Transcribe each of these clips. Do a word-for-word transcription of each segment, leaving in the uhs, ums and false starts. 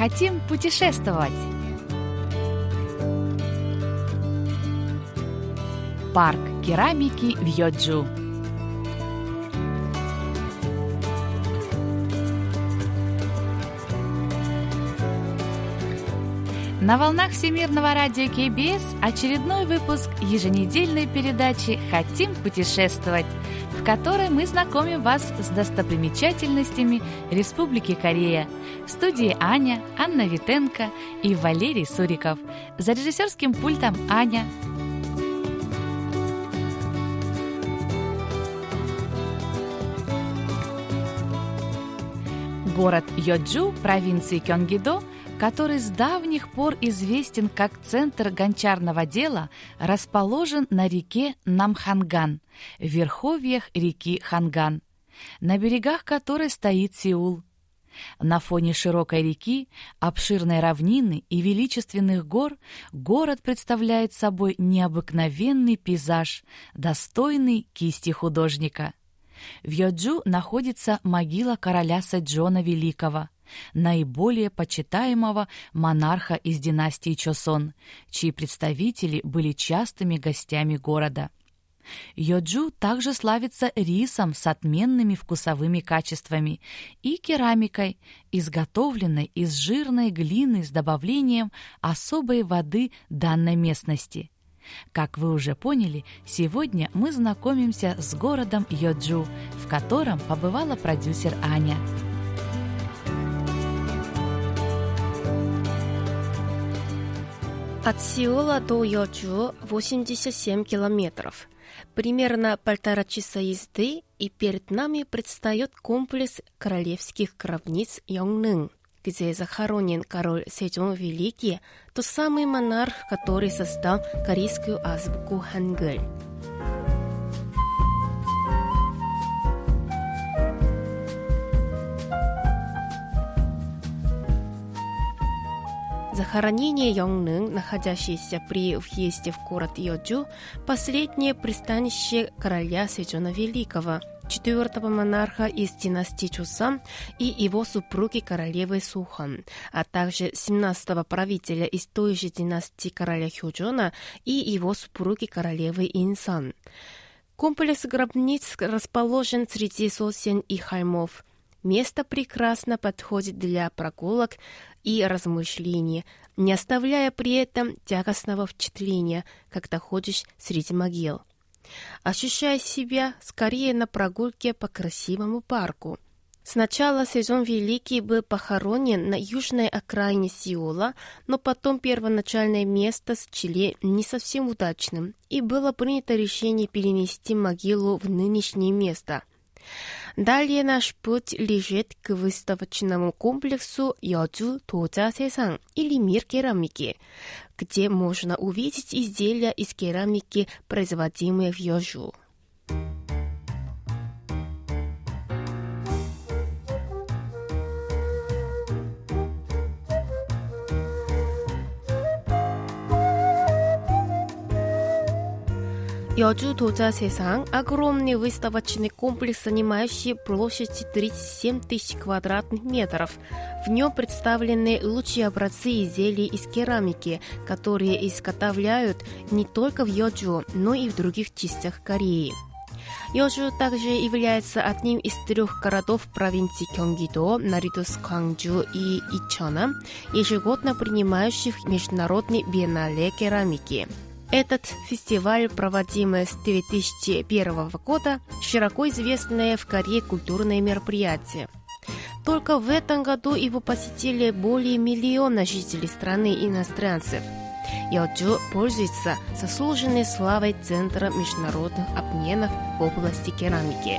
хотим путешествовать. Парк керамики в Йоджу. На волнах Всемирного радио кей би эс очередной выпуск еженедельной передачи «Хотим путешествовать», в которой мы знакомим вас с достопримечательностями Республики Корея. В студии Аня, Анна Витенко и Валерий Суриков. За режиссерским пультом Аня. Город Йоджу провинции Кёнгидо, который с давних пор известен как центр гончарного дела, расположен на реке Намханган, в верховьях реки Ханган, на берегах которой стоит Сеул. На фоне широкой реки, обширной равнины и величественных гор город представляет собой необыкновенный пейзаж, достойный кисти художника. В Йоджу находится могила короля Сэджона Великого, наиболее почитаемого монарха из династии Чосон, чьи представители были частыми гостями города. Йоджу также славится рисом с отменными вкусовыми качествами и керамикой, изготовленной из жирной глины с добавлением особой воды данной местности. Как вы уже поняли, сегодня мы знакомимся с городом Йоджу, в котором побывала продюсер Аня. От Сеула до Йоджу восемьдесят семь километров. Примерно полтора часа езды, и перед нами предстает комплекс королевских гробниц Йоннын, где захоронен король Сэджон Великий, тот самый монарх, который создал корейскую азбуку Хангыль. Захоронение Йоннын, находящееся при въезде в город Йоджу, последнее пристанище короля Сэджона Великого, четвертого монарха из династии Чосон и его супруги королевы Сухан, а также семнадцатого правителя из той же династии короля Хёджона и его супруги королевы Инсан. Комплекс гробниц расположен среди сосен и холмов. Место прекрасно подходит для прогулок и размышлений, не оставляя при этом тягостного впечатления, когда ходишь среди могил. Ощущая себя скорее на прогулке по красивому парку. Сначала Сэджон Великий был похоронен на южной окраине Сеула, но потом первоначальное место счли не совсем удачным, и было принято решение перенести могилу в нынешнее место. Далее наш путь лежит к выставочному комплексу Йоджу Дожа Se상 или Мир керамики, где можно увидеть изделия из керамики, производимые в Йоджу. Йоджу Дожа Se상 – огромный выставочный комплекс, занимающий площадь тридцать семь тысяч квадратных метров. В нем представлены лучшие образцы изделий из керамики, которые изготовляют не только в Йоджу, но и в других частях Кореи. Йоджу также является одним из трех городов провинции Кёнгидо, наряду с Гвангju и Ичоном, ежегодно принимающих международный биеннале керамики. Этот фестиваль, проводимый с две тысячи первого года, широко известное в Корее культурное мероприятие. Только в этом году его посетили более миллиона жителей страны иностранцев. Йоджу пользуется заслуженной славой Центра международных обменов в области керамики.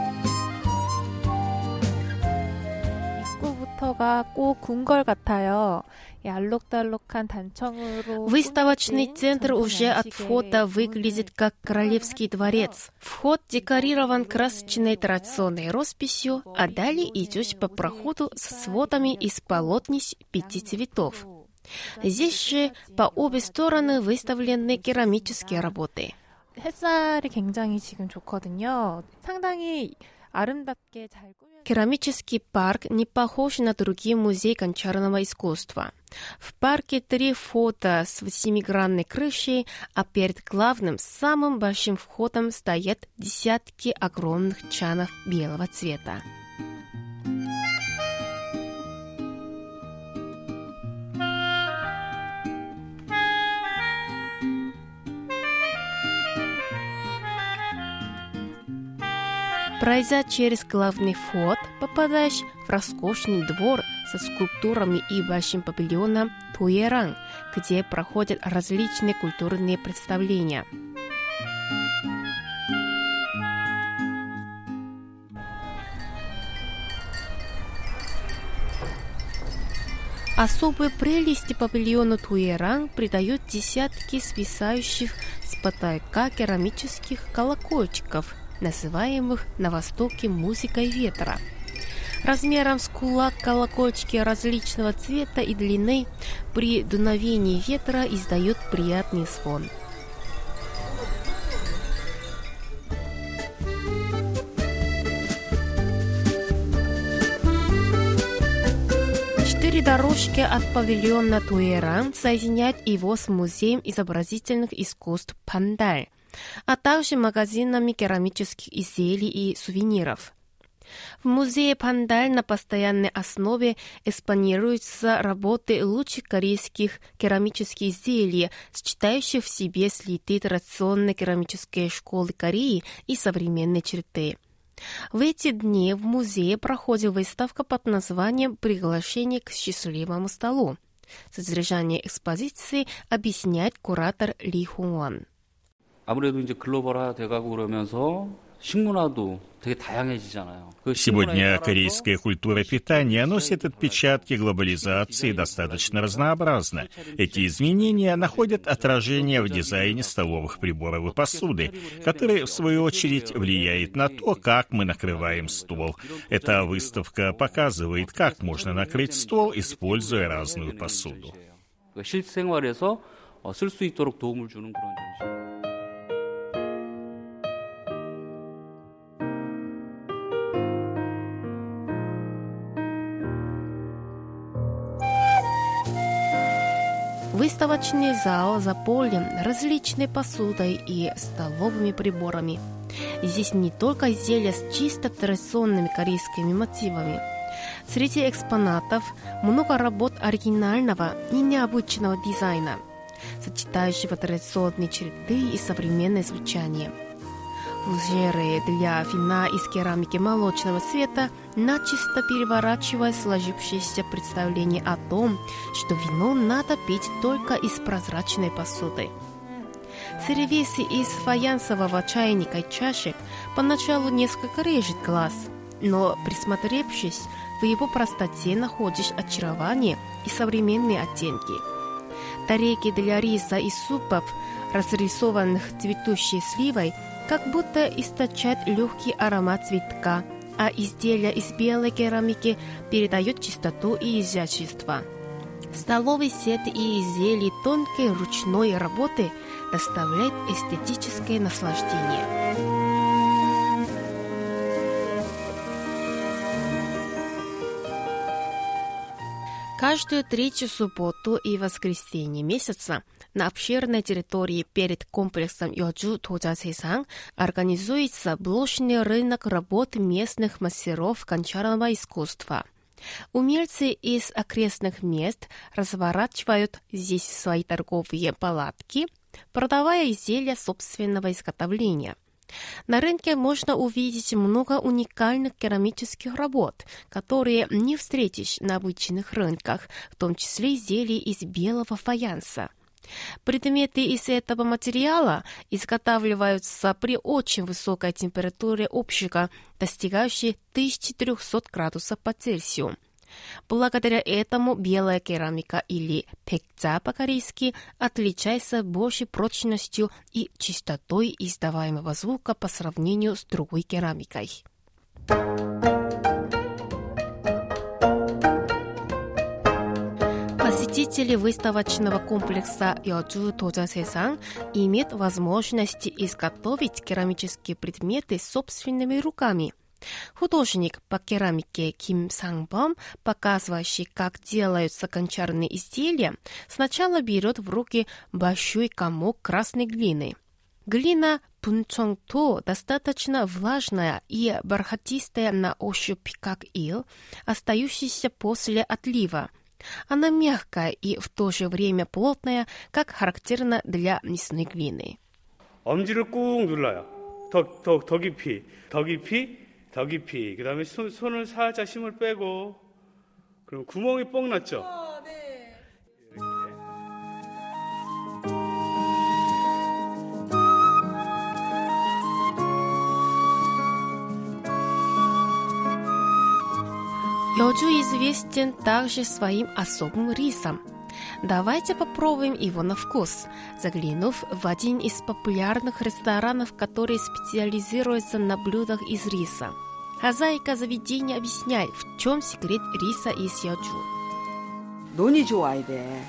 Выставочный центр уже от входа выглядит как королевский дворец. Вход декорирован красочной традиционной росписью, а далее идешь по проходу со сводами из полотнищ пяти цветов. Здесь же по обе стороны выставлены керамические работы. 햇살이 굉장히 지금 좋거든요. 상당히 아름답게 잘 꾸며 Керамический парк не похож на другие музеи гончарного искусства. В парке три входа с восьмигранной крышей, а перед главным, самым большим входом стоят десятки огромных чанов белого цвета. Пройдя через главный вход, попадаешь в роскошный двор со скульптурами и большим павильоном Туэранг, где проходят различные культурные представления. Особые прелести павильона Туэранг придают десятки свисающих с потолка керамических колокольчиков, называемых на Востоке музыкой ветра. Размером с кулак колокольчики различного цвета и длины при дуновении ветра издают приятный звон. Четыре дорожки от павильона Туэранг соединяют его с Музеем изобразительных искусств Пандаль, а также магазинами керамических изделий и сувениров. В музее Пандаль на постоянной основе экспонируются работы лучших корейских керамических изделий, сочетающих в себе следы традиционной керамической школы Кореи и современные черты. В эти дни в музее проходит выставка под названием «Приглашение к счастливому столу». Содержание экспозиции объясняет куратор Ли Хуан. 아무래도 이제 글로벌화 돼가고 그러면서 식문화도 되게 다양해지잖아요. Сегодня корейская культура питания носит отпечатки глобализации достаточно разнообразно. Эти изменения находят отражение в дизайне столовых приборов и посуды, который, в свою очередь, влияет на то, как мы накрываем стол. Эта выставка показывает, как можно накрыть стол, используя разную посуду. 실생활에서 쓸 수 있도록 도움을 주는 그런 전시. Выставочный зал заполнен различной посудой и столовыми приборами. Здесь не только изделия с чисто традиционными корейскими мотивами. Среди экспонатов много работ оригинального и необычного дизайна, сочетающего традиционные черты и современное звучание. Фужеры для вина из керамики молочного цвета начисто переворачивая сложившееся представление о том, что вино надо пить только из прозрачной посуды. Сервисы из фаянсового чайника и чашек поначалу несколько режет глаз, но, присмотревшись, в его простоте находишь очарование и современные оттенки. Тарелки для риса и супов, разрисованных цветущей сливой, как будто источает легкий аромат цветка, а изделия из белой керамики передают чистоту и изящество. Столовый сет и изделия тонкой ручной работы доставляют эстетическое наслаждение. Каждую третью субботу и воскресенье месяца на обширной территории перед комплексом Йоджу Дожа-Сесang организуется блошиный рынок работ местных мастеров гончарного искусства. Умельцы из окрестных мест разворачивают здесь свои торговые палатки, продавая изделия собственного изготовления. На рынке можно увидеть много уникальных керамических работ, которые не встретишь на обычных рынках, в том числе изделия из белого фаянса. Предметы из этого материала изготавливаются при очень высокой температуре обжига, достигающей тысяча триста градусов по Цельсию. Благодаря этому белая керамика или пекца по-корейски отличается большей прочностью и чистотой издаваемого звука по сравнению с другой керамикой. Посетители выставочного комплекса Йоджу Дожа-Сесang имеют возможность изготовить керамические предметы собственными руками, Художник по керамике Ким Sang-бом, показывающий, как делаются гончарные изделия, сначала берет в руки большой комок красной глины. Глина пунчонгто достаточно влажная и бархатистая на ощупь, как ил, остающийся после отлива. Она мягкая и в то же время плотная, как характерно для мясной глины. 엄지를 꾹 눌러요. 더, 더, 더 깊이, 더 깊이, 더 깊이. 그 다음에 손, 손을 살짝 힘을 빼고, 그럼 구멍이 뻥 났죠? 어, 네. 이렇게. Йоджу известен также своим особым рисом. Давайте попробуем его на вкус, заглянув в один из популярных ресторанов, который специализируется на блюдах из риса. Хозяйка заведения объясняет, в чем секрет риса из 여주. 논이 좋아야 돼.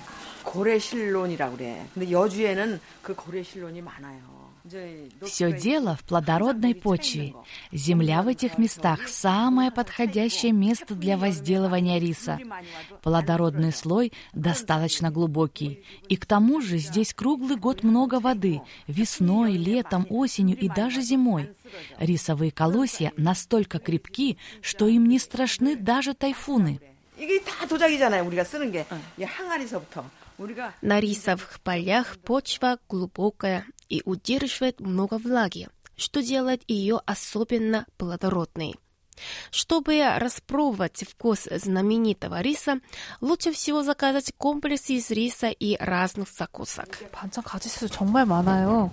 고래실론이라고 그래. 근데 여주에는 그 고래실론이 많아요. Все дело в плодородной почве. Земля в этих местах – самое подходящее место для возделывания риса. Плодородный слой достаточно глубокий. И к тому же здесь круглый год много воды – весной, летом, осенью и даже зимой. Рисовые колосья настолько крепки, что им не страшны даже тайфуны. 이게 다 도자기잖아요. 우리가 쓰는 게 항아리서부터. На рисовых полях почва глубокая и удерживает много влаги, что делает ее особенно плодородной. Чтобы распробовать вкус знаменитого риса, лучше всего заказать комплекс из риса и разных закусок. 반찬 가짓수 정말 많아요.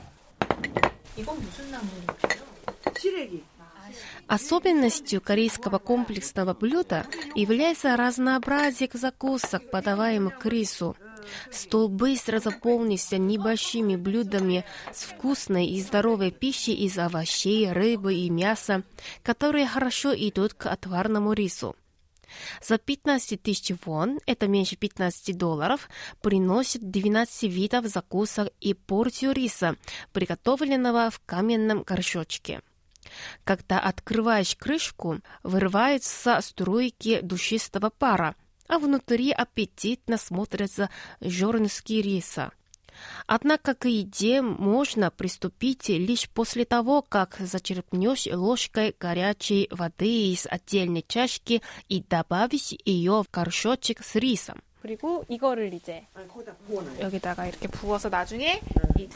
이건 무슨 나물인가요? 시래기. Особенностью корейского комплексного блюда является разнообразие закусок, подаваемых к рису. Стол быстро заполнится небольшими блюдами с вкусной и здоровой пищей из овощей, рыбы и мяса, которые хорошо идут к отварному рису. За пятнадцать тысяч вон, это меньше пятнадцати долларов, приносит двенадцать видов закусок и порцию риса, приготовленного в каменном горшочке. Когда открываешь крышку, вырываются струйки душистого пара, а внутри аппетитно смотрятся жёрнышки риса. Однако к еде можно приступить лишь после того, как зачерпнешь ложкой горячей воды из отдельной чашки и добавишь ее в горшочек с рисом. 그리고 이거를 이제 여기다가 이렇게 부어서 나중에 이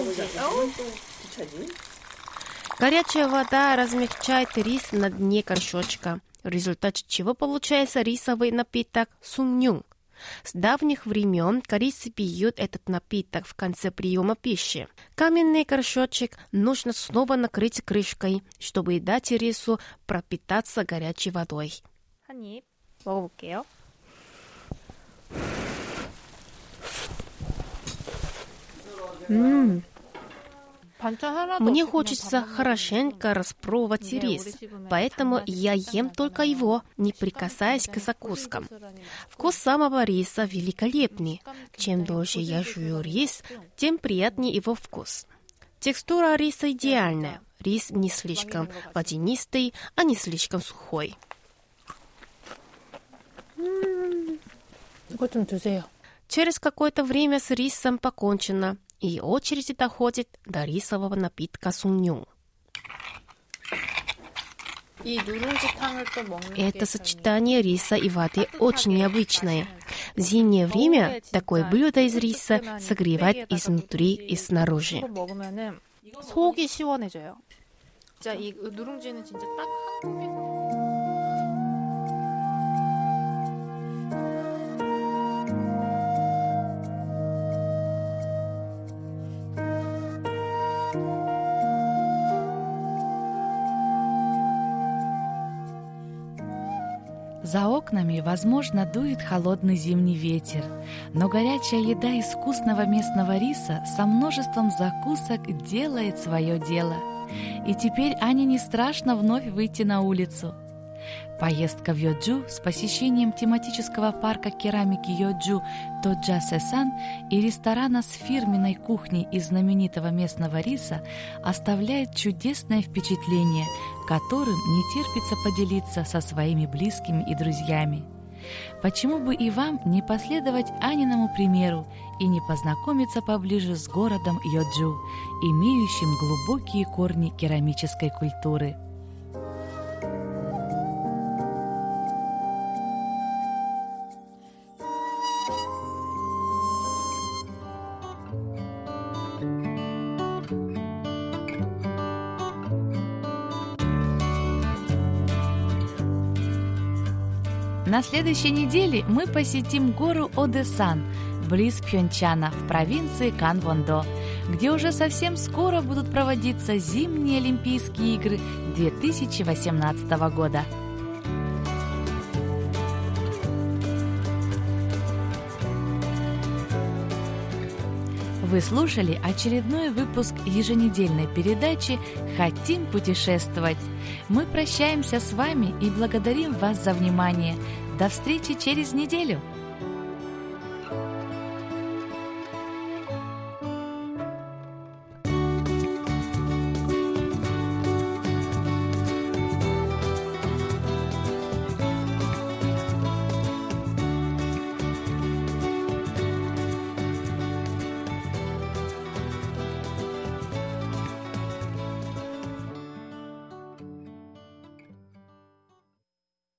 Горячая вода размягчает рис на дне горшочка, в результате чего получается рисовый напиток сумнюн. С давних времен корейцы пьют этот напиток в конце приема пищи. Каменный горшочек нужно снова накрыть крышкой, чтобы дать рису пропитаться горячей водой. 한 입 먹어볼게요. 음. Мне хочется хорошенько распробовать рис, поэтому я ем только его, не прикасаясь к закускам. Вкус самого риса великолепный. Чем дольше я жую рис, тем приятнее его вкус. Текстура риса идеальная. Рис не слишком водянистый, а не слишком сухой. 이거 좀 드세요. Через какое-то время с рисом покончено, и очередь доходит до рисового напитка сумнюн. Это сочетание риса и воды очень необычное. В зимнее время такое блюдо из риса согревает изнутри и снаружи. 속이 시원해져요. 진짜 이 누룽지는 진짜 딱 한국에서 За окнами, возможно, дует холодный зимний ветер, но горячая еда из вкусного местного риса со множеством закусок делает свое дело. И теперь Ане не страшно вновь выйти на улицу. Поездка в Йоджу с посещением тематического парка керамики Йоджу Тоджа-Сэсан и ресторана с фирменной кухней из знаменитого местного риса оставляет чудесное впечатление, которым не терпится поделиться со своими близкими и друзьями. Почему бы и вам не последовать Аниному примеру и не познакомиться поближе с городом Йоджу, имеющим глубокие корни керамической культуры? На следующей неделе мы посетим гору Одэсан, близ Пхёнчхана, в провинции Канвондо, где уже совсем скоро будут проводиться зимние Олимпийские игры две тысячи восемнадцатого года. Вы слушали очередной выпуск еженедельной передачи «Хотим путешествовать». Мы прощаемся с вами и благодарим вас за внимание. До встречи через неделю!